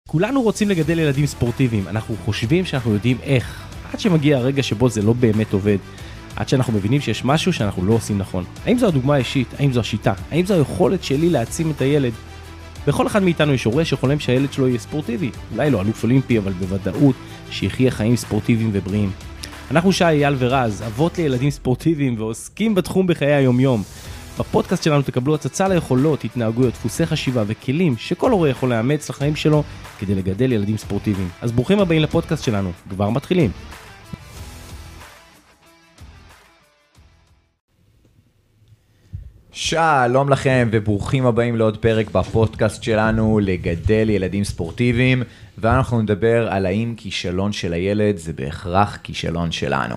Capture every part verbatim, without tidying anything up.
כולנו רוצים לגדל ילדים ספורטיביים, אנחנו חושבים שאנחנו יודעים איך, עד שמגיע הרגע שבו זה לא באמת עובד, עד שאנחנו מבינים שיש משהו שאנחנו לא עושים נכון. האם זו הדוגמה האישית? האם זו השיטה? האם זו היכולת שלי להעצים את הילד? בכל אחד מאיתנו יש הורה שחולם שהילד שלו יהיה ספורטיבי, אולי לא אלוף אולימפי, אבל בוודאות שיחיה חיים ספורטיביים ובריאים. אנחנו שי, אייל ורז, אבות לילדים ספורטיביים ועוסקים בתחום בחיי היום-יום. בפודקאסט שלנו תקבלו הצצה ליכולות, התנהגויות, דפוסי חשיבה וכלים שכל הורה יכול לאמץ לחיים שלו כדי לגדל ילדים ספורטיביים. אז ברוכים הבאים לפודקאסט שלנו, כבר מתחילים. שלום לכם וברוכים הבאים לעוד פרק בפודקאסט שלנו לגדל ילדים ספורטיביים, ואנחנו נדבר על האם כישלון של הילד זה בהכרח כישלון שלנו.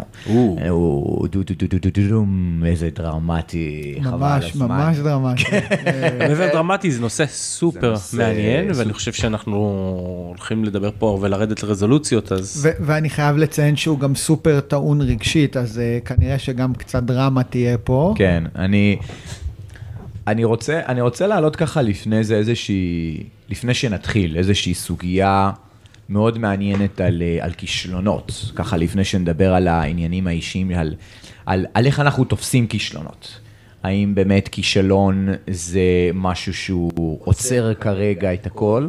או דו דו דו דו דו דו דו, איזה דרמטי, חבל הזמן. ממש דרמטי. איזה דרמטי, זה נושא סופר מעניין, ואני חושב שאנחנו הולכים לדבר פה ולרדת לרזולוציות, אז... ואני חייב לציין שהוא גם סופר טעון רגשית, אז כנראה שגם קצת דרמה תהיה פה. כן, אני... אני רוצה, אני רוצה לעלות ככה לפני זה איזושהי, לפני שנתחיל, איזושהי סוגיה מאוד מעניינת על, על כישלונות, ככה לפני שנדבר על העניינים האישיים, על, על, על איך אנחנו תופסים כישלונות. האם באמת כישלון זה משהו שהוא עוצר כרגע את הכל,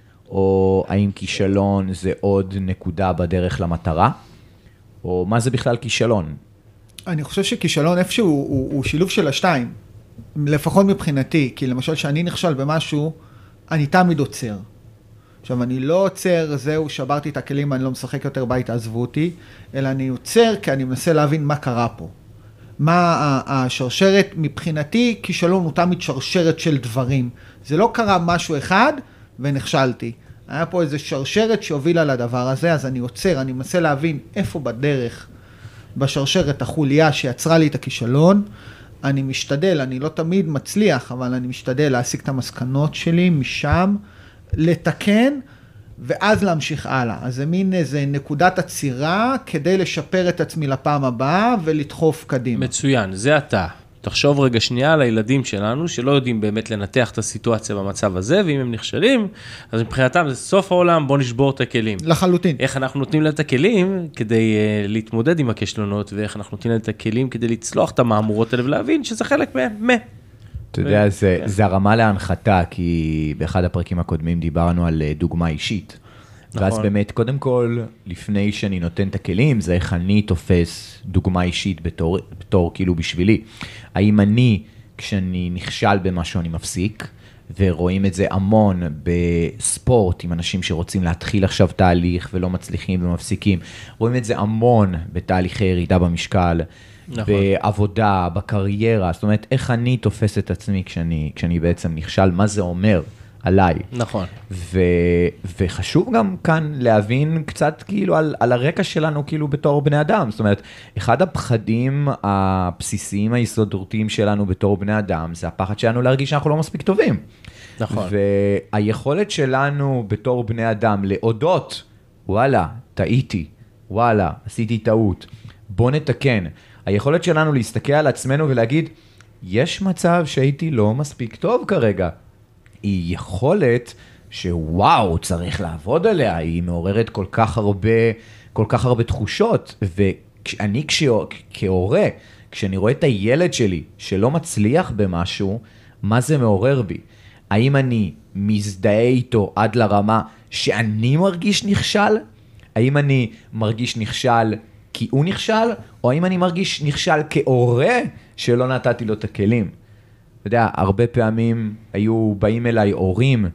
או האם כישלון זה עוד נקודה בדרך למטרה, או מה זה בכלל כישלון? אני חושב שכישלון איפשהו הוא, הוא שילוב של השתיים. לפחות מבחינתי, כי למשל שאני נכשל במשהו, אני תמיד עוצר. עכשיו, אני לא עוצר, זהו, שברתי את הכלים, אני לא משחק יותר בית, עזבו אותי, אלא אני עוצר כי אני מנסה להבין מה קרה פה. מה השרשרת, מבחינתי, כישלון הוא תמיד שרשרת של דברים. זה לא קרה משהו אחד ונכשלתי. היה פה איזו שרשרת שהובילה לדבר הזה, אז אני עוצר, אני מנסה להבין איפה בדרך, בשרשרת החוליה שיצרה לי את הכישלון, אני משתדל, אני לא תמיד מצליח, אבל אני משתדל להשיג את המסקנות שלי משם, לתקן, ואז להמשיך הלאה. אז זה מין איזה נקודת עצירה, כדי לשפר את עצמי לפעם הבאה, ולדחוף קדימה. מצוין, זה אתה. תחשוב רגע שנייה על הילדים שלנו, שלא יודעים באמת לנתח את הסיטואציה במצב הזה, ואם הם נכשלים, אז מבחינתם זה סוף העולם, בוא נשבור את הכלים. לחלוטין. איך אנחנו נותנים להם את הכלים כדי uh, להתמודד עם הכישלונות, ואיך אנחנו נותנים להם את הכלים כדי לצלוח את המאמורות האלה, ולהבין שזה חלק מהם. אתה יודע, זה, זה הרמה להנחתה, כי באחד הפרקים הקודמים דיברנו על דוגמה אישית. נכון. ואז באמת, קודם כל, לפני שאני נותן את הכלים, זה איך אני תופס דוגמה אישית בתור, בתור כאילו בשבילי. האם אני, כשאני נכשל במשהו, אני מפסיק, ורואים את זה המון בספורט, עם אנשים שרוצים להתחיל עכשיו תהליך, ולא מצליחים ומפסיקים. רואים את זה המון בתהליכי ירידה במשקל, נכון. בעבודה, בקריירה. זאת אומרת, איך אני תופס את עצמי כשאני, כשאני בעצם נכשל, מה זה אומר עליי. נכון. ו, וחשוב גם כאן להבין קצת כאילו על, על הרקע שלנו כאילו בתור בני אדם. זאת אומרת, אחד הפחדים הבסיסיים היסודותיים שלנו בתור בני אדם, זה הפחד שלנו להרגיש שאנחנו לא מספיק טובים. נכון. והיכולת שלנו בתור בני אדם להודות, וואלה, טעיתי, וואלה, עשיתי טעות, בוא נתקן. היכולת שלנו להסתכל על עצמנו ולהגיד, יש מצב שהייתי לא מספיק טוב כרגע. היא יכולת שוואו, צריך לעבוד עליה, היא מעוררת כל כך הרבה, כל כך הרבה תחושות, ואני כהורה, כשאני רואה את הילד שלי שלא מצליח במשהו, מה זה מעורר בי? האם אני מזדהה איתו עד לרמה שאני מרגיש נכשל? האם אני מרגיש נכשל כי הוא נכשל? או האם אני מרגיש נכשל כהורה שלא נתתי לו את הכלים? אתה יודע, הרבה פעמים היו באים אליי הורים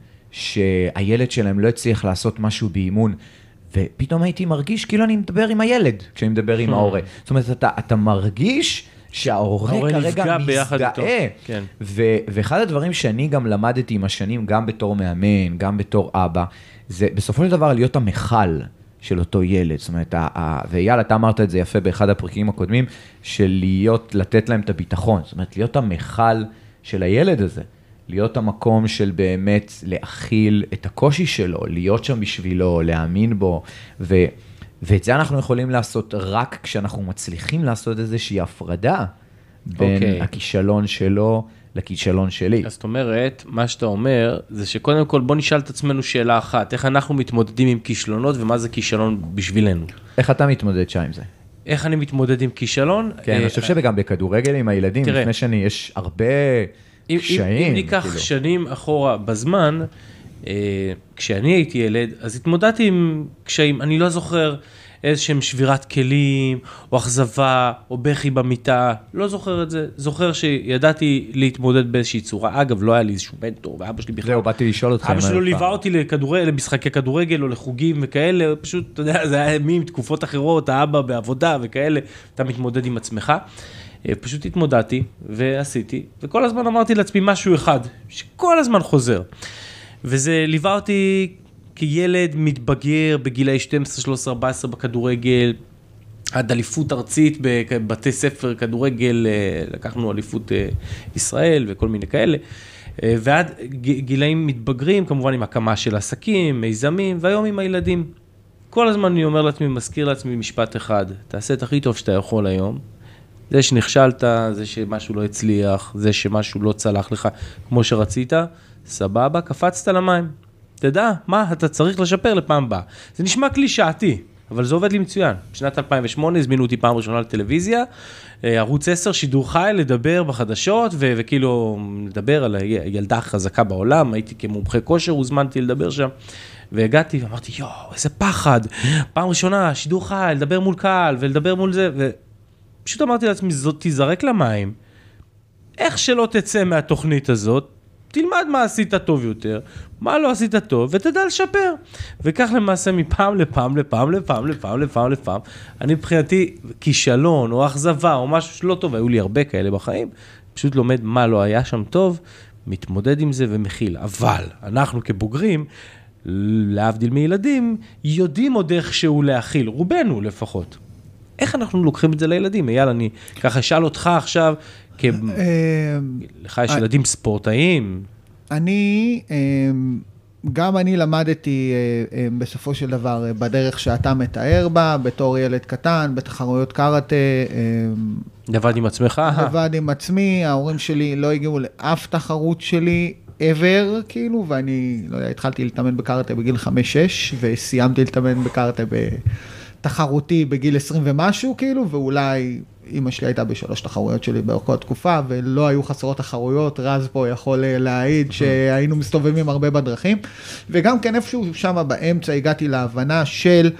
שהילד שלהם לא הצליח לעשות משהו באימון, ופתאום הייתי מרגיש כאילו אני מדבר עם הילד כשאני מדבר עם ההורה. זאת אומרת, אתה, אתה מרגיש שההורה כרגע מזדהה. כן. ו- ואחד הדברים שאני גם למדתי עם השנים, גם בתור מאמן, גם בתור אבא, זה בסופו של דבר להיות המחל של אותו ילד. זאת אומרת, ואייל, אתה אמרת את זה יפה באחד הפרקים הקודמים, של להיות, לתת להם את הביטחון. זאת אומרת, להיות המחל של הילד הזה, להיות המקום של באמת להכיל את הקושי שלו, להיות שם בשבילו, להאמין בו, ו, ואת זה אנחנו יכולים לעשות רק כשאנחנו מצליחים לעשות איזושהי הפרדה בין okay. הכישלון שלו לכישלון שלי. אז זאת אומרת, מה שאתה אומר, זה שקודם כל בוא נשאל את עצמנו שאלה אחת, איך אנחנו מתמודדים עם כישלונות, ומה זה כישלון בשבילנו? איך אתה מתמודד שם עם זה? איך אני מתמודד עם כישלון? כן, אני חושב שגם בכדורגל עם הילדים, תראה, לפני שאני, יש הרבה אם, קשיים. אם ניקח כאילו. שנים אחורה בזמן, אה, כשאני הייתי ילד, אז התמודדתי עם קשיים, אני לא זוכר איזשהם שבירת כלים, או אכזבה, או בכי במיטה, לא זוכר את זה, זוכר שידעתי להתמודד באיזושהי צורה, אגב, לא היה לי איזשהו מנטור, ואבא שלי בכלל, זהו, באתי לשאול אותך. אבא שלי לא ליווה אותי לכדורגל, למשחקי כדורגל, או לחוגים וכאלה, פשוט, אתה יודע, זה היה ימים, תקופות אחרות, האבא בעבודה וכאלה, אתה מתמודד עם עצמך, פשוט התמודדתי, ועשיתי, וכל הזמן אמרתי לעצמי משהו אחד, שכל הזמן חוזר, וזה ליווה אותי כילד מתבגר בגילאי שתים עשרה, שלוש עשרה, ארבע עשרה בכדורגל, עד אליפות ארצית בבתי ספר כדורגל, לקחנו אליפות ישראל וכל מיני כאלה, ועד גילאים מתבגרים, כמובן עם הקמה של עסקים, מיזמים, והיום עם הילדים. כל הזמן אני אומר לעצמי, מזכיר לעצמי משפט אחד, תעשה את הכי טוב שאתה יכול היום, זה שנכשלת, זה שמשהו לא הצליח, זה שמשהו לא צלח לך כמו שרצית, סבבה, קפצת למים. תדע, מה אתה צריך לשפר לפעם הבאה. זה נשמע קלישאתי, אבל זה עובד לי מצוין. בשנת אלפיים ושמונה הזמינו אותי פעם ראשונה לטלוויזיה, ערוץ עשר, שידור חי, לדבר בחדשות, ו- וכאילו לדבר על הילדה החזקה בעולם, הייתי כמומחה כושר, הוזמנתי לדבר שם, והגעתי ואמרתי, יואו, איזה פחד, פעם ראשונה, שידור חי, לדבר מול קהל, ולדבר מול זה, ופשוט אמרתי לעצמי, זאת תזרק למים, איך שלא תצא מהתוכנית הזאת, תלמד מה עשית טוב יותר, מה לא עשית טוב, ותדע לשפר. וכך למעשה מפעם לפעם, לפעם, לפעם, לפעם, לפעם, לפעם, אני מבחינתי כישלון, או אכזבה, או משהו שלא טוב, היו לי הרבה כאלה בחיים, פשוט לומד מה לא היה שם טוב, מתמודד עם זה ומכיל. אבל אנחנו כבוגרים, להבדיל מילדים, יודעים עוד איכשהו להכיל, רובנו לפחות. איך אנחנו לוקחים את זה לילדים? אייל, אני ככה אשאל אותך עכשיו, לך יש ילדים ספורטאים? אני, גם אני למדתי בסופו של דבר בדרך שאתה מתאר בה, בתור ילד קטן, בתחרויות קראטה. לבד עם עצמך? לבד עם עצמי, ההורים שלי לא הגיעו לאף תחרות שלי, ever, כאילו, ואני, לא יודע, התחלתי להתאמן בקראטה בגיל חמש שש, וסיימתי להתאמן בקראטה בתחרותי בגיל עשרים ומשהו, כאילו, ואולי אמא שלי הייתה בשלוש תחרויות שלי באותה תקופה, ולא היו חסרות תחרויות, רז פה יכול להעיד שהיינו מסתובבים הרבה בדרכים, וגם כן איפשהו שם באמצע הגעתי להבנה של,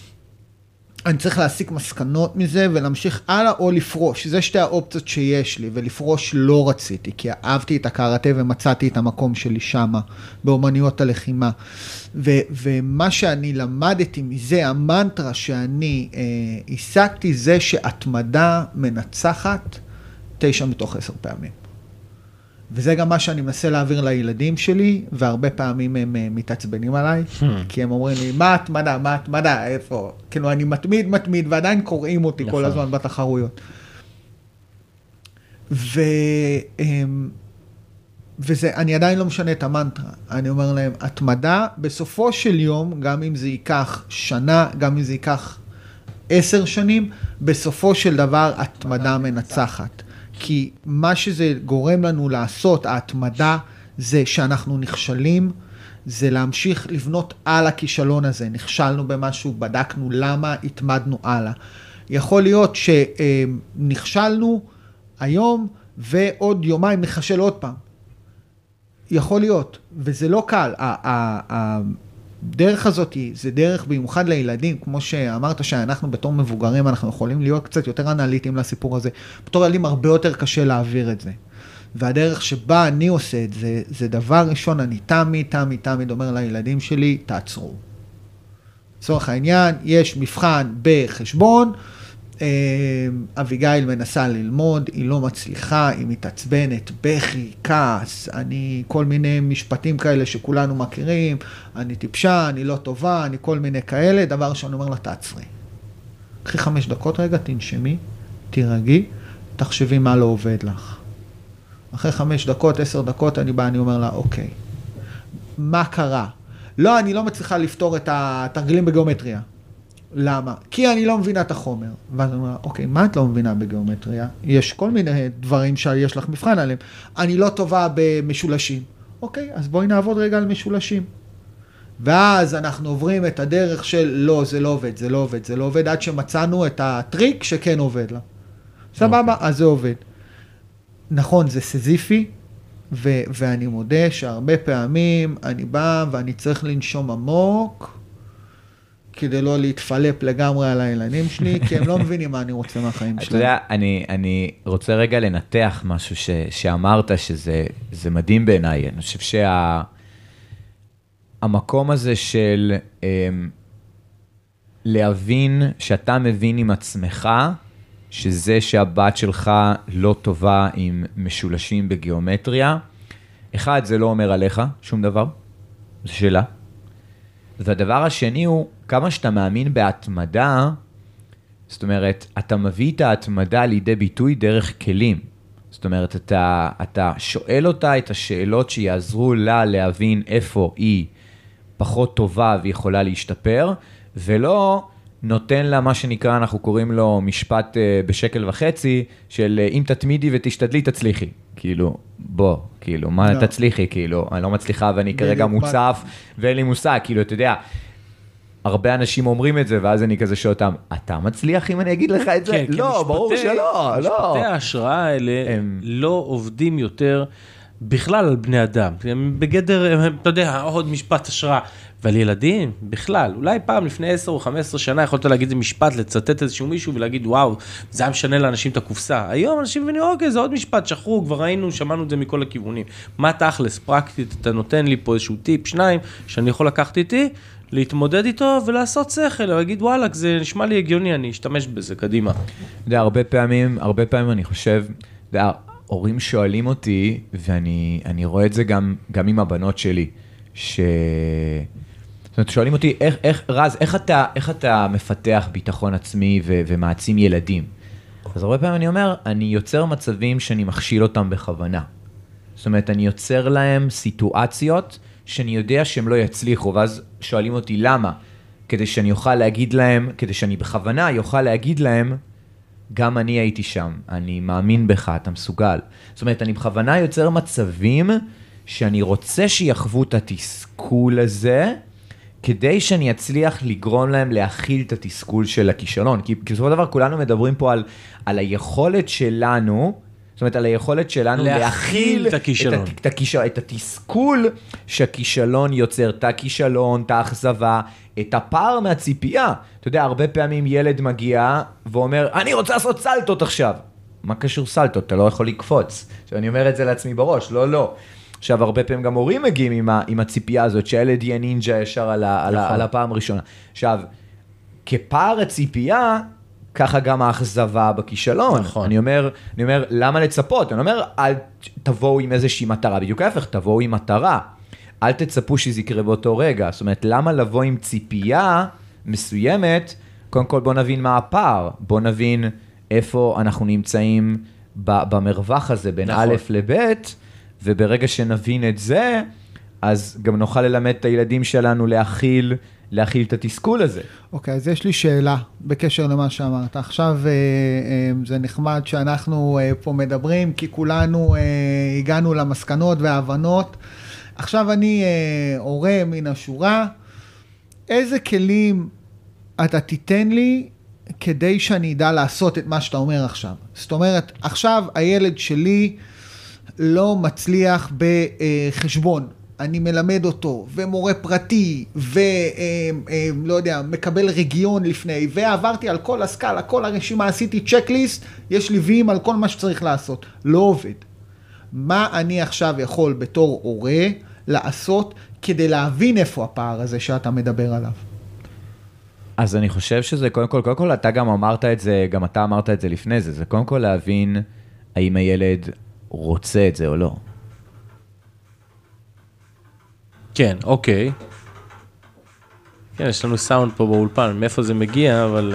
אני צריך להסיק מסקנות מזה ולהמשיך הלאה או לפרוש, זה שתי האופציות שיש לי, ולפרוש לא רציתי, כי אהבתי את הקראטה ומצאתי את המקום שלי שמה, באומניות הלחימה, ו- ומה שאני למדתי מזה, המנטרה שאני אה, השגתי, זה שהתמדה מנצחת תשע מתוך עשר פעמים. וזה גם מה שאני מנסה להעביר לילדים שלי, והרבה פעמים הם מתעצבנים עליי, כי הם אומרים לי, מה התמדה, מה התמדה, איפה? כאילו, אני מתמיד, מתמיד, ועדיין קוראים אותי כל הזמן בתחרויות. ו... וזה, אני עדיין לא משנה את המנטרה. אני אומר להם, התמדה, בסופו של יום, גם אם זה ייקח שנה, גם אם זה ייקח עשר שנים, בסופו של דבר, התמדה מנצחת. כי מה שזה גורם לנו לעשות, ההתמדה, זה שאנחנו נכשלים, זה להמשיך לבנות על הכישלון הזה. נכשלנו במשהו, בדקנו למה, התמדנו הלאה. יכול להיות שנכשלנו היום, ועוד יומיים נחשל עוד פעם. יכול להיות, וזה לא קל. הדרך הזאת זה דרך במיוחד לילדים, כמו שאמרת שאנחנו בתור מבוגרים, אנחנו יכולים להיות קצת יותר אנליטיים לסיפור הזה. בתור ילדים הרבה יותר קשה להעביר את זה. והדרך שבה אני עושה את זה, זה דבר ראשון, אני תמיד, תמיד, תמיד אומר לילדים שלי, תעצרו. לצורך העניין, יש מבחן בחשבון, אביגיל מנסה ללמוד, היא לא מצליחה, היא מתעצבנת, בכי, כעס, אני, כל מיני משפטים כאלה שכולנו מכירים, אני טיפשה, אני לא טובה, אני כל מיני כאלה, דבר שאני אומר לה, תעצרי. קחי חמש דקות רגע, תנשמי, תירגעי, תחשבי מה לא עובד לך. אחרי חמש דקות, עשר דקות, אני בא, אני אומר לה, אוקיי, מה קרה? לא, אני לא מצליחה לפתור את התרגילים בגיאומטריה. למה? כי אני לא מבינה את החומר. ואז אני אומר, אוקיי, מה את לא מבינה בגיאומטריה? יש כל מיני דברים שיש לך מבחן עליהם. אני לא טובה במשולשים. אוקיי, אז בואי נעבוד רגע על משולשים. ואז אנחנו עוברים את הדרך של לא, זה לא עובד, זה לא עובד, זה לא עובד, עד שמצאנו את הטריק שכן עובד לה. סבבה, אז זה עובד. נכון, זה סזיפי, ו- ואני מודה שהרבה פעמים אני בא ואני צריך לנשום עמוק, כדי לא להתפלפ לגמרי על הילדים שלי, כי הם לא מבינים מה אני רוצה מהחיים שלהם. אתה יודע, אני, אני רוצה רגע לנתח משהו ש, שאמרת, שזה זה מדהים בעיניי. אני חושב שה... המקום הזה של אה, להבין שאתה מבין עם עצמך, שזה שהבת שלך לא טובה עם משולשים בגיאומטריה, אחד, זה לא אומר עליך שום דבר, זה שאלה. והדבר השני הוא, כמה שאתה מאמין בהתמדה, זאת אומרת, אתה מביא את ההתמדה לידי ביטוי דרך כלים. זאת אומרת, אתה, אתה שואל אותה את השאלות שיעזרו לה להבין איפה היא פחות טובה ויכולה להשתפר, ולא נותן לה מה שנקרא, אנחנו קוראים לו משפט בשקל וחצי, של אם תתמידי ותשתדלי, תצליחי. כאילו, בוא, כאילו, מה לא. תצליחי? כאילו, אני לא מצליחה ואני כרגע מוצף, ואין לי מושג, כאילו, אתה יודע, הרבה אנשים אומרים את זה, ואז אני כזה שואל אותם, אתה מצליח אם אני אגיד לך את זה? כן, לא, ברור שלא, לא. משפטי ההשראה האלה הם לא עובדים יותר בכלל על בני אדם. הם בגדר, הם, אתה יודע, עוד משפט השראה. ועל ילדים, בכלל, אולי פעם לפני עשר או חמש עשרה שנה יכולת להגיד איזה משפט, לצטט איזשהו מישהו ולהגיד, וואו, זה היה משנה לאנשים את הקופסה. היום אנשים מבינים, אוקיי, זה עוד משפט, שחרו, כבר ראינו, שמענו את זה מכל הכיוונים. מה תכלס, פרקטית, אתה נותן לי פה איזשהו טיפ, שניים, שאני יכול לקחת איתי, להתמודד איתו ולעשות שכל, ולהגיד, וואלה, זה נשמע לי הגיוני, אני אשתמש בזה, קדימה. אתה יודע, הרבה פעמים, הרבה פעמים אני חושב, אתה יודע, הורים שואלים אותי, ואני אני רואה את זה גם, גם עם הבנות שלי, ש... זאת אומרת, שואלים אותי, איך, איך, רז, איך אתה, איך אתה מפתח ביטחון עצמי ו- ומעצים ילדים? אז הרבה פעמים אני אומר, אני יוצר מצבים שאני מכשיל אותם בכוונה. זאת אומרת, אני יוצר להם סיטואציות שאני יודע שהם לא יצליחו, ואז שואלים אותי למה? כדי שאני אוכל להגיד להם, כדי שאני בכוונה יוכל להגיד להם, גם אני הייתי שם, אני מאמין בך, אתה מסוגל. זאת אומרת, אני בכוונה יוצר מצבים שאני רוצה שיחוו את התסכול הזה, כדי שאני אצליח לגרום להם להכיל את התסכול של הכישלון. כי בסופו של דבר כולנו מדברים פה על, על היכולת שלנו, זאת אומרת, על היכולת שלנו להכיל את הכישלון. את, את, הכיש, את התסכול שהכישלון יוצר, את הכישלון, את האכזבה, את הפער מהציפייה. אתה יודע, הרבה פעמים ילד מגיע ואומר, אני רוצה לעשות סלטות עכשיו. מה קשור סלטות? אתה לא יכול לקפוץ. עכשיו, אני אומר את זה לעצמי בראש, לא, לא. עכשיו, הרבה פעמים גם הורים מגיעים עם, ה, עם הציפייה הזאת, שהילד יהיה נינג'ה ישר על, ה, על, ה, על הפעם הראשונה. עכשיו, כפער הציפייה, ככה גם האכזבה בכישלון. נכון. אני אומר, אני אומר, למה לצפות? אני אומר, אל תבואו עם איזושהי מטרה, בדיוק ההפך, תבואו עם מטרה. אל תצפו שזה יקרה באותו רגע. זאת אומרת, למה לבוא עם ציפייה מסוימת? קודם כל, בוא נבין מה הפער. בוא נבין איפה אנחנו נמצאים במרווח הזה, בין נכון. א' לב', וברגע שנבין את זה, אז גם נוכל ללמד את הילדים שלנו להכיל, להכיל את התסכול הזה. אוקיי, אז יש לי שאלה בקשר למה שאמרת. עכשיו זה נחמד שאנחנו פה מדברים, כי כולנו הגענו למסקנות וההבנות. עכשיו אני הורה מן השורה, איזה כלים אתה תיתן לי כדי שאני אדע לעשות את מה שאתה אומר עכשיו? זאת אומרת, עכשיו הילד שלי לא מצליח בחשבון. אני מלמד אותו, ומורה פרטי, ולא יודע, מקבל רגיון לפני, ועברתי על כל הסקאלה, כל הרשימה, עשיתי צ'קליסט, יש לי ויים על כל מה שצריך לעשות. לא עובד. מה אני עכשיו יכול בתור הורה לעשות, כדי להבין איפה הפער הזה שאתה מדבר עליו? אז אני חושב שזה, קודם כל, קודם כל, אתה גם אמרת את זה, גם אתה אמרת את זה לפני זה, זה קודם כל להבין האם הילד רוצה את זה או לא. כן, אוקיי. כן, יש לנו סאונד פה באולפן, מאיפה זה מגיע, אבל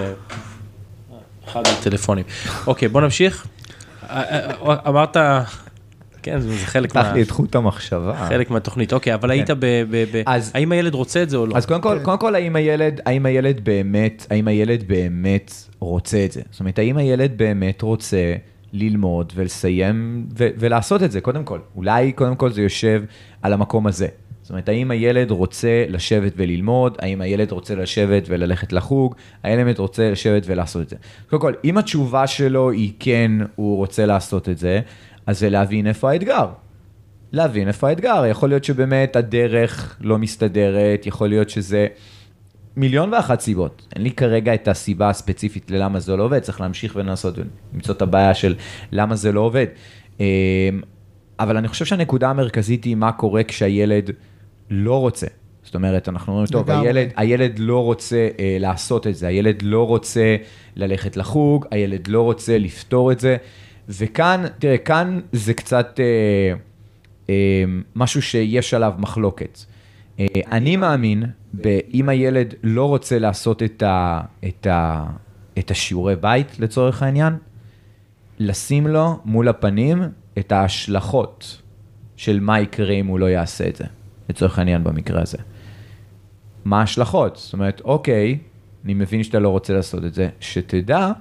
אחד הטלפונים. אוקיי, בוא נמשיך. אמרת, כן, זה חלק פתח לי את חוט המחשבה. חלק מהתוכנית, אוקיי, אבל היית ב... האם הילד רוצה את זה או לא? אז קודם כל, קודם כל, האם הילד, האם הילד באמת, האם הילד באמת רוצה את זה? זאת אומרת, האם הילד באמת רוצה ללמוד ולסיים ולעשות את זה, קודם כל. אולי, קודם כל, זה יושב על המקום הזה. זאת אומרת, האם הילד רוצה לשבת וללמוד, האם הילד רוצה לשבת וללכת לחוג, הילד רוצה לשבת ולעשות את זה. קודם כל, אם התשובה שלו היא כן, הוא רוצה לעשות את זה, אז זה להבין איפה האתגר. להבין איפה האתגר. יכול להיות שבאמת הדרך לא מסתדרת, יכול להיות שזה מיליון ואחת סיבות. אין לי כרגע את הסיבה הספציפית ללמה זה לא עובד, צריך להמשיך ולנסות ולמצוא את הבעיה של למה זה לא עובד. אבל אני חושב שהנקודה המרכזית היא מה קורה כשהילד לא רוצה. זאת אומרת, אנחנו אומרים, טוב, הילד, הילד לא רוצה אה, לעשות את זה, הילד לא רוצה ללכת לחוג, הילד לא רוצה לפתור את זה, וכאן, תראה, כאן זה קצת אה, אה, משהו שיש עליו מחלוקת. אה, אני מאמין, אם הילד לא רוצה לעשות את, ה, את, ה, את השיעורי בית, לצורך העניין, לשים לו מול הפנים את ההשלכות של מה יקרה אם הוא לא יעשה את זה, לצורך העניין במקרה הזה. מה ההשלכות? זאת אומרת, אוקיי, אני מבין שאתה לא רוצה לעשות את זה, שתדע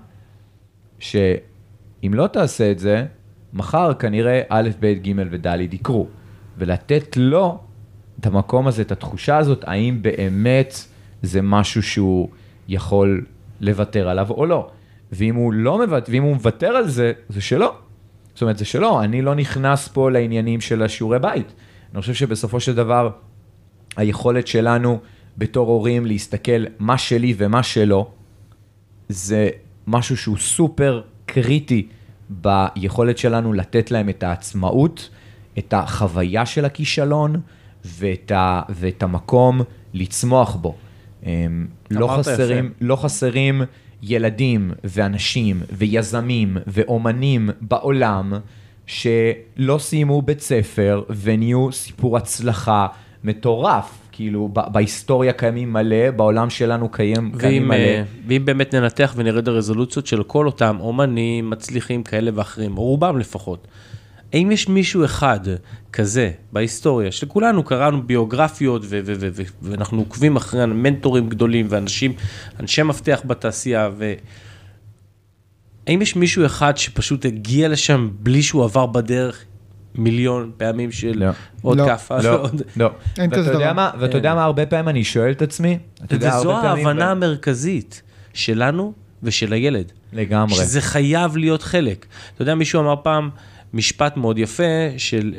שאם לא תעשה את זה, מחר כנראה א', ב', ג' וד' יקרו, ולתת לו את המקום הזה, את התחושה הזאת, האם באמת זה משהו שהוא יכול לוותר עליו או לא. ואם הוא לא מוותר, ואם הוא מוותר על זה, זה שלא. זאת אומרת, זה שלא, אני לא נכנס פה לעניינים של השיעורי בית. אני חושב שבסופו של דבר, היכולת שלנו בתור הורים להסתכל מה שלי ומה שלו, זה משהו שהוא סופר קריטי ביכולת שלנו לתת להם את העצמאות, את החוויה של הכישלון, ואת, ה, ואת המקום לצמוח בו. לא חסרים, לא חסרים ילדים ואנשים ויזמים ואומנים בעולם, שלא סיימו בית ספר ונהיו סיפור הצלחה מטורף. כאילו, בהיסטוריה קיימים מלא, בעולם שלנו קיים, קיימים מלא. ואם באמת ננתח ונרד הרזולוציות של כל אותם אומנים, מצליחים כאלה ואחרים, או רובם לפחות, האם יש מישהו אחד כזה בהיסטוריה, שכולנו קראנו ביוגרפיות, ואנחנו עוקבים אחרי מנטורים גדולים, ואנשים, אנשי מפתח בתעשייה, ו... האם יש מישהו אחד שפשוט הגיע לשם בלי שהוא עבר בדרך מיליון פעמים של עוד כף? לא, לא. ואתה יודע מה, הרבה פעמים אני שואל את עצמי, וזו ההבנה המרכזית שלנו ושל הילד. לגמרי. שזה חייב להיות חלק. אתה יודע, מישהו אמר פעם משפט מאוד יפה של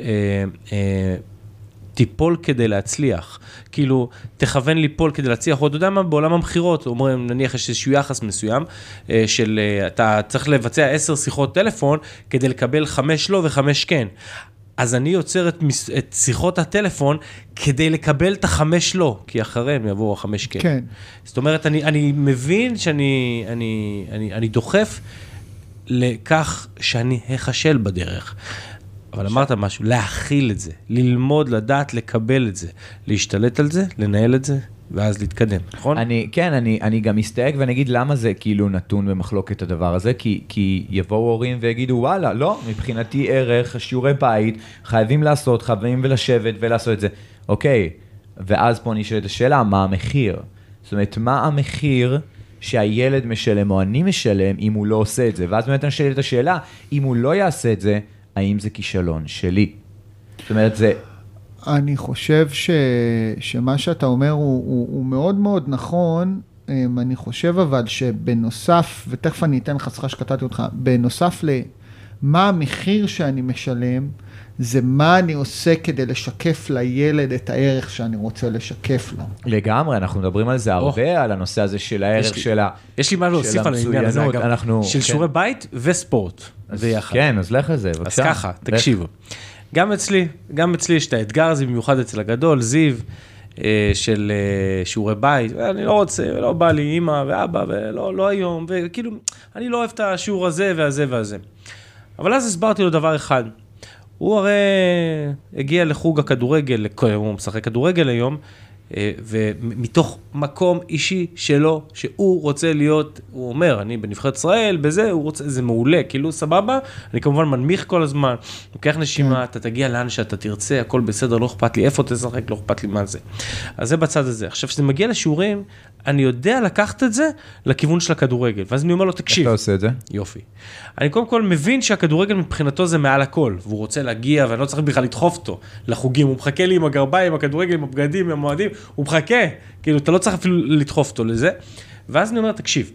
טיפול כדי להצליח. כאילו, תכוון ליפול כדי להצליח, או אתה יודע מה, בעולם המחירות, אומרים, נניח יש איזשהו יחס מסוים, של אתה צריך לבצע עשר שיחות טלפון, כדי לקבל חמש לא וחמש כן. אז אני יוצר את, את שיחות הטלפון, כדי לקבל את החמש לא, כי אחריהם יבואו החמש כן. כן. זאת אומרת, אני, אני מבין שאני, אני, אני, אני דוחף לכך שאני החשל בדרך. אבל אמרת משהו, להכיל את זה, ללמוד, לדעת, לקבל את זה, להשתלט על זה, לנהל את זה, ואז להתקדם, נכון? אני, כן, אני, אני גם מסתייג ואני אגיד למה זה כאילו נתון במחלוקת הדבר הזה, כי, כי יבואו הורים ויגידו, וואלה, לא, מבחינתי ערך, שיעורי בית, חייבים לעשות, חייבים ולשבת ולעשות את זה. אוקיי, ואז פה נשאלת השאלה, מה המחיר? זאת אומרת, מה המחיר שהילד משלם או אני משלם אם הוא לא עושה את זה? ואז באמת נשאלת השאלה, אם הוא לא יעשה את זה, האם זה כישלון שלי? זאת אומרת, זה... אני חושב ש... שמה שאתה אומר הוא, הוא, הוא מאוד מאוד נכון. אני חושב אבל שבנוסף, ותכף אני אתן לך סליחה שקטעתי אותך, בנוסף למה המחיר שאני משלם, זה מה אני עושה כדי לשקף לילד את הערך שאני רוצה לשקף לו. לגמרי, אנחנו מדברים על זה הרבה, oh. על הנושא הזה של הערך של המצוינות. יש לי מה להוסיף על העניין הזה, אגב, אנחנו, של כן. שיעורי בית וספורט. אז כן, אז לך על זה, בבקשה. אז ככה, תקשיבו. גם אצלי, גם אצלי יש את האתגר הזה, במיוחד אצל הגדול, זיו, של שיעורי בית, ואני לא רוצה, ולא בא לי אמא ואבא, ולא לא היום, וכאילו, אני לא אוהב את השיעור הזה והזה והזה. אבל אז הסברתי לו דבר אחד. הוא הרי הגיע לחוג הכדורגל, הוא משחק כדורגל היום, ומתוך מקום אישי שלו, שהוא רוצה להיות, הוא אומר, אני בנבחרת ישראל, בזה, הוא רוצה, זה מעולה, כאילו סבבה, אני כמובן מנמיך כל הזמן, לוקח נשימה, אתה תגיע לאן שאתה תרצה, הכל בסדר, לא אכפת לי, איפה תשחק, לא אכפת לי מה זה. אז זה בצד הזה. עכשיו, כשזה מגיע לשיעורים, אני יודע לקחת את זה לכיוון של הכדורגל, ואז אני אומר לו, תקשיב. איך אתה עושה את זה? יופי. אני קודם כל מבין שהכדורגל מבחינתו זה מעל הכל, והוא רוצה להגיע, ואני לא צריך בכלל לדחוף אותו לחוגים, הוא מחכה לי עם הגרביים, עם הכדורגל, עם הבגדים, עם המועדים, הוא מחכה, כאילו, אתה לא צריך אפילו לדחוף אותו לזה. ואז אני אומר, תקשיב,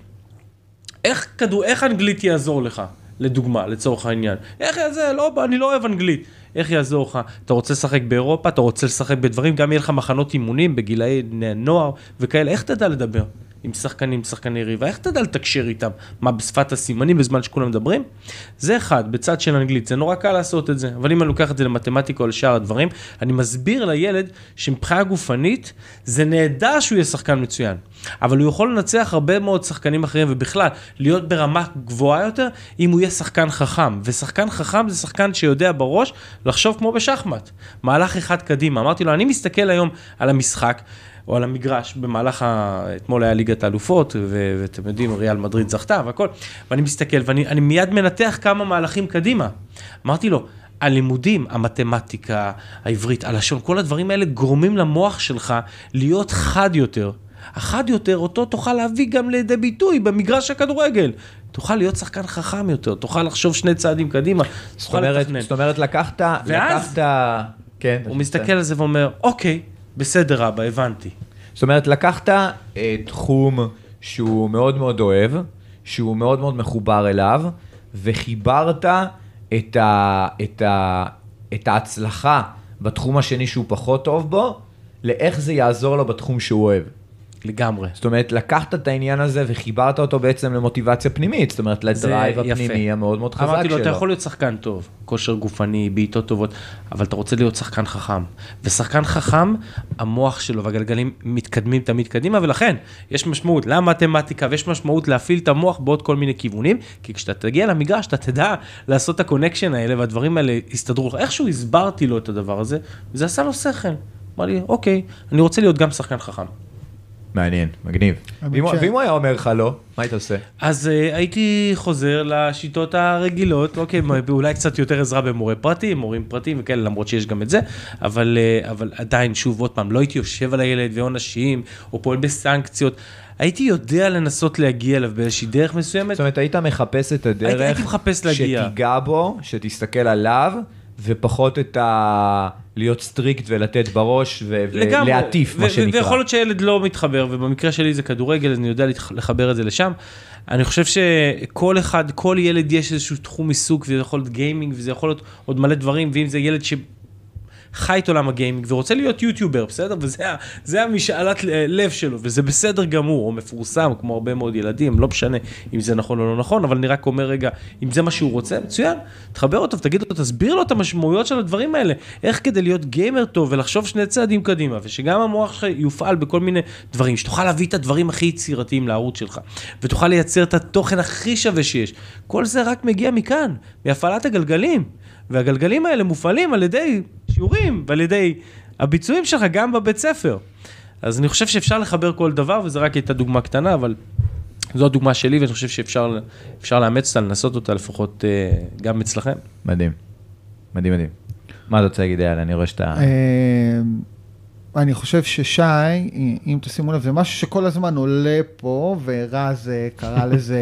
איך כדור, איך אנגלית יעזור לך, לדוגמה, לצורך העניין? איך זה, לא, אני לא אוהב אנגלית. איך יעזור לך? אתה רוצה לשחק באירופה, אתה רוצה לשחק בדברים, גם יהיה לך מחנות אימונים בגילאי נוער וכאלה, איך תדע לדבר עם שחקנים, שחקני ריבה? איך תדע לתקשר איתם? מה, בשפת הסימנים בזמן שכולם מדברים? זה אחד, בצד של אנגלית, זה נורא קל לעשות את זה, אבל אם אני לוקח את זה למתמטיקה או לשאר הדברים, אני מסביר לילד שמבחינה גופנית, זה נהדר שהוא יהיה שחקן מצוין, אבל הוא יכול לנצח הרבה מאוד שחקנים אחרים, ובכלל, להיות ברמה גבוהה יותר, אם הוא יהיה שחקן חכם, ושחקן חכם זה שחקן שיודע בראש לחשוב כמו בשחמט, מהלך אחד קדימה. אמרתי לו, אני מסתכל היום על המשחק, או על המגרש, במהלך, ה... אתמול היה ליגת האלופות, ו... ואתם יודעים, ריאל מדריד זכתה והכל, ואני מסתכל, ואני אני מיד מנתח כמה מהלכים קדימה. אמרתי לו, הלימודים, המתמטיקה, העברית, הלשון, כל הדברים האלה גורמים למוח שלך להיות חד יותר. החד יותר, אותו תוכל להביא גם לידי ביטוי במגרש הכדורגל. תוכל להיות שחקן חכם יותר, תוכל לחשוב שני צעדים קדימה. זאת אומרת, זאת אומרת, לקחת, ואז, לקחת, כן. הוא מסתכל על זה ואומר, אוקיי, בסדר אבא, הבנתי. זאת אומרת, לקחת אה, תחום שהוא מאוד מאוד אוהב, שהוא מאוד מאוד מחובר אליו, וחיברת את, ה, את, ה, את ההצלחה בתחום השני שהוא פחות טוב בו, לאיך זה יעזור לו בתחום שהוא אוהב. לגמרי. זאת אומרת, לקחת את העניין הזה וחיברת אותו בעצם למוטיבציה פנימית, זאת אומרת, לדרייב הפנימי המאוד מאוד חזק שלו. אמרתי לו, אתה יכול להיות שחקן טוב, כושר גופני, בעיטות טובות, אבל אתה רוצה להיות שחקן חכם. ושחקן חכם, המוח שלו והגלגלים מתקדמים תמיד קדימה, ולכן יש משמעות למתמטיקה, ויש משמעות להפעיל את המוח בעוד כל מיני כיוונים, כי כשאתה תגיע למגרש, אתה תדע לעשות את הקונקשן האלה, והדברים האלה יסתדרו לך. איכשהו הסברתי לו את הדבר הזה, וזה עשה לו שכל. אמר לי, אוקיי, אני רוצה להיות גם שחקן חכם. מעניין, מגניב. ואם הוא היה אומר לך לא, מה היית עושה? אז הייתי חוזר לשיטות הרגילות, אוקיי, אולי קצת יותר עזרה במורה פרטי, מורים פרטיים וכאלה, למרות שיש גם את זה, אבל עדיין, שוב, עוד פעם, לא הייתי יושב על הילד ועונשים, או פועל בסנקציות, הייתי יודע לנסות להגיע אליו באיזושהי דרך מסוימת. זאת אומרת, היית מחפש את הדרך, הייתי מחפש להגיע. שתיגע בו, שתסתכל עליו, ופחות את ה... להיות סטריקט ולתת בראש ולהטיף, מה שנקרא. ויכול להיות שהילד לא מתחבר, ובמקרה שלי זה כדורגל, אז אני יודע לחבר את זה לשם. אני חושב שכל אחד, כל ילד יש איזשהו תחום עיסוק, וזה יכול להיות גיימינג, וזה יכול להיות עוד מלא דברים, ואם זה ילד ש... חי את עולם הגיימינג, ורוצה להיות יוטיובר, בסדר? וזה המשאלת לב שלו, וזה בסדר גמור, או מפורסם, כמו הרבה מאוד ילדים, לא משנה אם זה נכון או לא נכון, אבל אני רק אומר רגע, אם זה מה שהוא רוצה, מצוין, תחבר אותו ותגיד לו, תסביר לו את המשמעויות של הדברים האלה, איך כדי להיות גיימר טוב ולחשוב שני צעדים קדימה, ושגם המוח שלך יופעל בכל מיני דברים, שתוכל להביא את הדברים הכי יצירתיים לערוץ שלך, ותוכל לייצר את התוכן הכי שווה שיש. כל זה רק מגיע מכאן, מהפעלת הגלגלים. והגלגלים האלה מופעלים על ידי שיעורים ועל ידי הביצועים שלך גם בבית ספר. אז אני חושב שאפשר לחבר כל דבר, וזה רק הייתה דוגמה קטנה, אבל זו הדוגמה שלי, ואני חושב שאפשר אפשר לאמץ אותה, לנסות אותה לפחות גם אצלכם. מדהים, מדהים, מדהים. מה אתה רוצה להגיד, יאללה, אני רואה שאתה... אני חושב ששי, אם תשימו לב, זה משהו שכל הזמן עולה פה, ורז קרא לזה...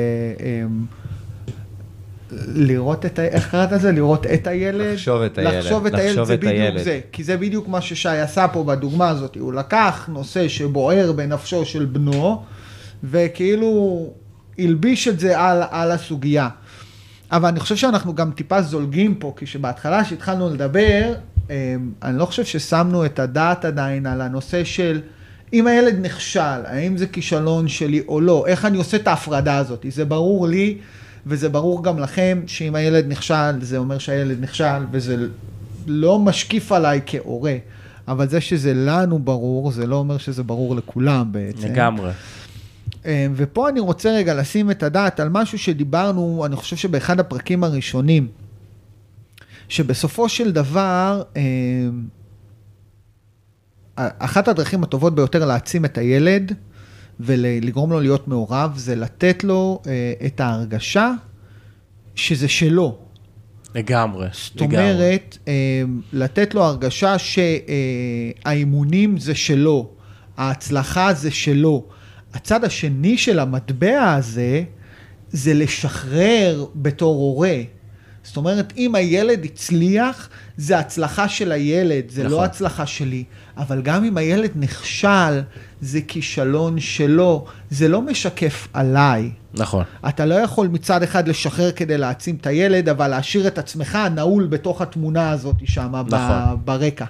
לראות את, איך קראת את זה? לראות את הילד? לחשוב את הילד. לחשוב את הילד, זה בדיוק זה. כי זה בדיוק מה ששי עשה פה בדוגמה הזאת. הוא לקח נושא שבוער בנפשו של בנו, וכאילו הלביש את זה על, על הסוגיה. אבל אני חושב שאנחנו גם טיפה זולגים פה, כי שבהתחלה שהתחלנו לדבר, אני לא חושב ששמנו את הדעת עדיין על הנושא של, אם הילד נכשל, האם זה כישלון שלי או לא, איך אני עושה את ההפרדה הזאת? זה ברור לי, וזה ברור גם לכם, שאם הילד נכשל, זה אומר שהילד נכשל, וזה לא משקיף עליי כהורה, אבל זה שזה לנו ברור, זה לא אומר שזה ברור לכולם בעצם. לגמרי. ופה אני רוצה רגע לשים את הדעת על משהו שדיברנו, אני חושב שבאחד הפרקים הראשונים, שבסופו של דבר, אחת הדרכים הטובות ביותר להעצים את הילד, ולגרום לו להיות מעורב, זה לתת לו את ההרגשה שזה שלו. לגמרי. זאת אומרת, לתת לו הרגשה שהאימונים זה שלו, ההצלחה זה שלו. הצד השני של המטבע הזה, זה לשחרר בתור הורה. זאת אומרת, אם הילד הצליח, זה הצלחה של הילד, זה נכון. לא הצלחה שלי. אבל גם אם הילד נכשל, זה כישלון שלו, זה לא משקף עליי. נכון. אתה לא יכול מצד אחד לשחרר כדי להעצים את הילד, אבל להשאיר את עצמך נעול בתוך התמונה הזאת שם נכון. ברקע.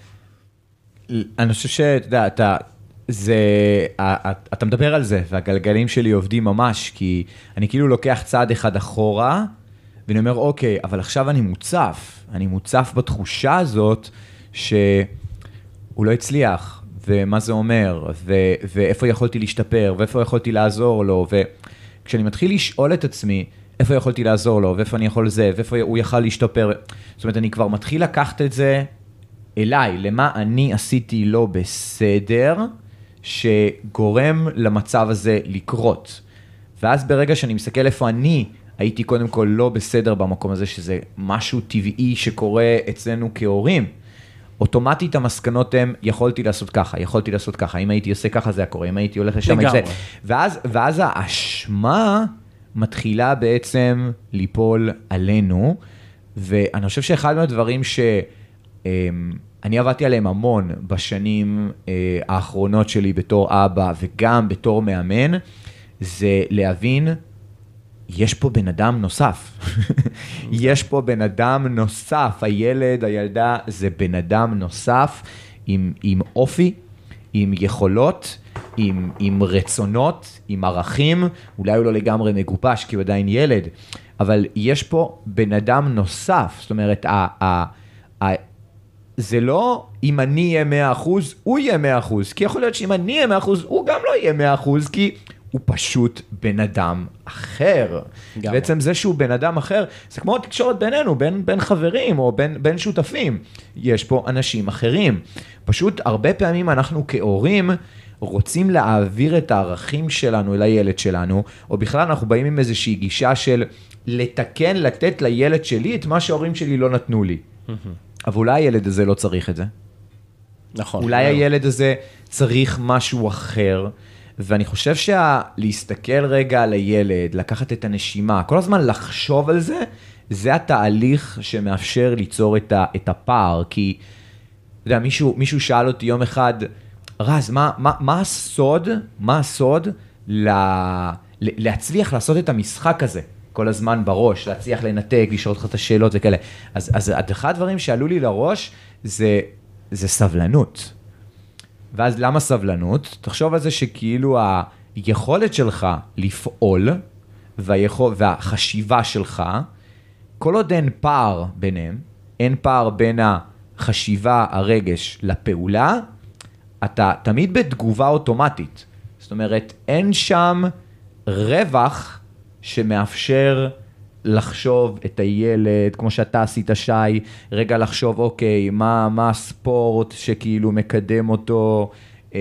אני חושב שאתה יודע, אתה... זה, אתה מדבר על זה, והגלגלים שלי עובדים ממש, כי אני כאילו לוקח צעד אחד אחורה, ואני אומר, אוקיי, אבל עכשיו אני מוצף, אני מוצף בתחושה הזאת, שהוא לא הצליח, ומה זה אומר, ו- ואיפה יכולתי להשתפר, ואיפה יכולתי לעזור לו, וכשאני מתחיל לשאול את עצמי, איפה יכולתי לעזור לו, ואיפה אני יכול זה, ואיפה הוא יכל להשתפר, זאת אומרת, אני כבר מתחיל לקחת את זה אליי, למה אני עשיתי לא בסדר, שגורם למצב הזה לקרות. ואז ברגע שאני מסתכל איפה אני הייתי קודם כל לא בסדר במקום הזה, שזה משהו טבעי שקורה אצלנו כהורים, אוטומטית המסקנות הן, יכולתי לעשות ככה, יכולתי לעשות ככה, אם הייתי עושה ככה זה הקורה, אם הייתי הולך לשם את זה. ואז, ואז האשמה מתחילה בעצם ליפול עלינו, ואני חושב שאחד מהדברים ש... אני עבדתי עליהם המון בשנים האחרונות שלי בתור אבא וגם בתור מאמן, זה להבין, יש פה בן אדם נוסף. יש פה בן אדם נוסף. הילד, הילדה, זה בן אדם נוסף עם, עם אופי, עם יכולות, עם, עם רצונות, עם ערכים. אולי הוא לא לגמרי מגובש כי הוא עדיין ילד, אבל יש פה בן אדם נוסף. זאת אומרת, ה, ה, ה, זה לא אם אני אהיה מאה אחוז, הוא יהיה מאה אחוז, כי יכול להיות שאם אני אהיה מאה אחוז, הוא גם לא יהיה מאה אחוז, כי הוא פשוט בן אדם אחר. גם. בעצם זה שהוא בן אדם אחר, זה כמו תקשורת בינינו, בין, בין חברים או בין, בין שותפים. יש פה אנשים אחרים. פשוט הרבה פעמים אנחנו כהורים רוצים להעביר את הערכים שלנו אל הילד שלנו, או בכלל אנחנו באים עם איזושהי גישה של לתקן, לתת לילד שלי את מה שההורים שלי לא נתנו לי. אבל אולי הילד הזה לא צריך את זה. נכון. אולי הילד הזה צריך משהו אחר, ואני חושב שלהסתכל רגע על הילד, לקחת את הנשימה, כל הזמן לחשוב על זה, זה התהליך שמאפשר ליצור את, ה, את הפער, כי, אתה יודע, מישהו, מישהו שאל אותי יום אחד, רז, מה, מה, מה הסוד, מה הסוד לה, להצליח לעשות את המשחק הזה? כל הזמן בראש, להצליח לנתק, לשאול אותך את השאלות וכאלה. אז, אז אחד הדברים שעלו לי לראש, זה, זה סבלנות. ואז למה סבלנות? תחשוב על זה שכאילו היכולת שלך לפעול, והיכול, והחשיבה שלך, כל עוד אין פער ביניהם, אין פער בין החשיבה, הרגש לפעולה, אתה תמיד בתגובה אוטומטית. זאת אומרת, אין שם רווח, שמאפשר לחשוב את הילד, כמו שאתה עשית שי, רגע לחשוב, אוקיי, מה, מה הספורט שכאילו מקדם אותו,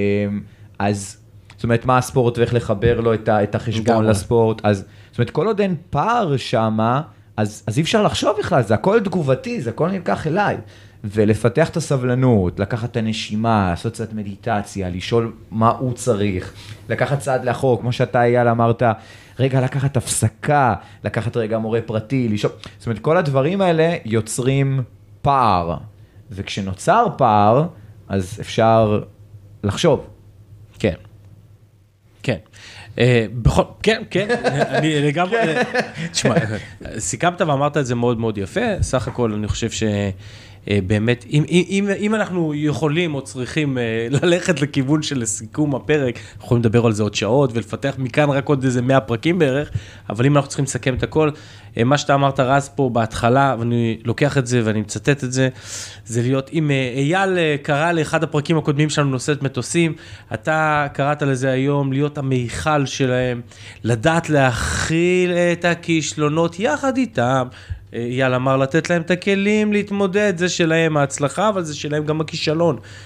אז, זאת אומרת, מה הספורט ואיך לחבר לו את, ה, את החשבון לספורט, אז, זאת אומרת, כל עוד אין פער שמה, אז, אז אי אפשר לחשוב בכלל, זה הכל תגובתי, זה הכל נלקח אליי, ולפתח את הסבלנות, לקחת את הנשימה, לעשות קצת מדיטציה, לשאול מה הוא צריך, לקחת צעד לאחור, כמו שאתה אייל אמרת, רגע לקחת הפסקה, לקחת רגע מורה פרטי, לשאול, זאת אומרת, כל הדברים האלה יוצרים פער, וכשנוצר פער, אז אפשר לחשוב. כן, כן. בכל, כן, כן, אני לגמרי, תשמע, סיכמת ואמרת את זה מאוד מאוד יפה, סך הכל אני חושב ש... באמת, אם, אם, אם אנחנו יכולים או צריכים ללכת לכיוון של סיכום הפרק, יכולים לדבר על זה עוד שעות ולפתח מכאן רק עוד איזה מאה פרקים בערך, אבל אם אנחנו צריכים לסכם את הכל, מה שאתה אמרת רז פה בהתחלה, ואני לוקח את זה ואני מצטט את זה, זה להיות, אם אייל קרא לאחד הפרקים הקודמים שלנו נושאת מטוסים, אתה קראת לזה היום להיות המיכל שלהם, לדעת להכיל את הכישלונות יחד איתם, אייל אמר לתת להם את הכלים להתמודד, זה שלהם ההצלחה, אבל זה שלהם גם הכישלון.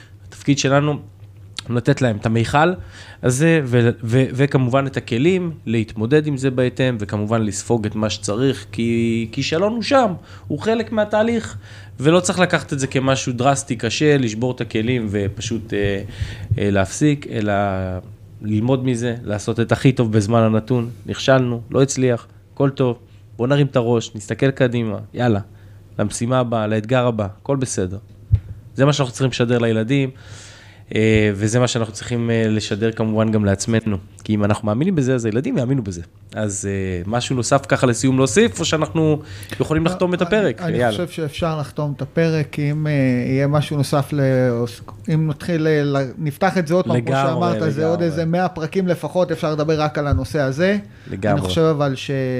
התפקיד שלנו לתת להם את המיכל הזה, ו- ו- וכמובן את הכלים, להתמודד עם זה בהתאם, וכמובן לספוג את מה שצריך, כי כישלון הוא שם, הוא חלק מהתהליך, ולא צריך לקחת את זה כמשהו דרסטי, קשה, לשבור את הכלים ופשוט אה, אה, להפסיק, אלא ללמוד מזה, לעשות את הכי טוב בזמן הנתון, נכשלנו, לא הצליח, הכל טוב, בוא נרים את הראש, נסתכל קדימה, יאללה, למשימה הבאה, לאתגר הבא, הכל בסדר. זה מה שאנחנו צריכים לשדר לילדים, וזה מה שאנחנו צריכים לשדר כמובן גם לעצמנו, כי אם אנחנו מאמינים בזה, אז הילדים יאמינו בזה. אז משהו נוסף ככה לסיום להוסיף, או שאנחנו יכולים לחתום את הפרק? אני חושב שאפשר לחתום את הפרק, אם יהיה משהו נוסף, אם נתחיל, נפתח את זה עוד פעם, כמו שאמרת, זה עוד איזה מאה פרקים לפחות, אפשר לדבר רק על הנושא הזה. אני חושב אבל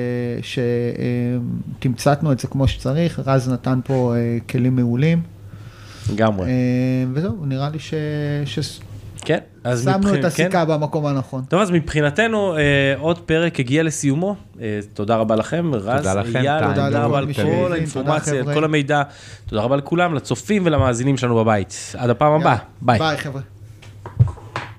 שתמצתנו את זה כמו שצריך, רז נתן פה כלים מעולים. לגמרי. וזהו, נראה לי ש... כן. שמנו את הסיכה במקום הנכון. טוב, אז מבחינתנו, עוד פרק הגיע לסיומו. תודה רבה לכם, רז, תודה לכם, תודה רבה על כל האינפורמציה, על כל המידע. תודה רבה לכולם, לצופים ולמאזינים שלנו בבית. עד הפעם הבאה. ביי. ביי, חבר'ה.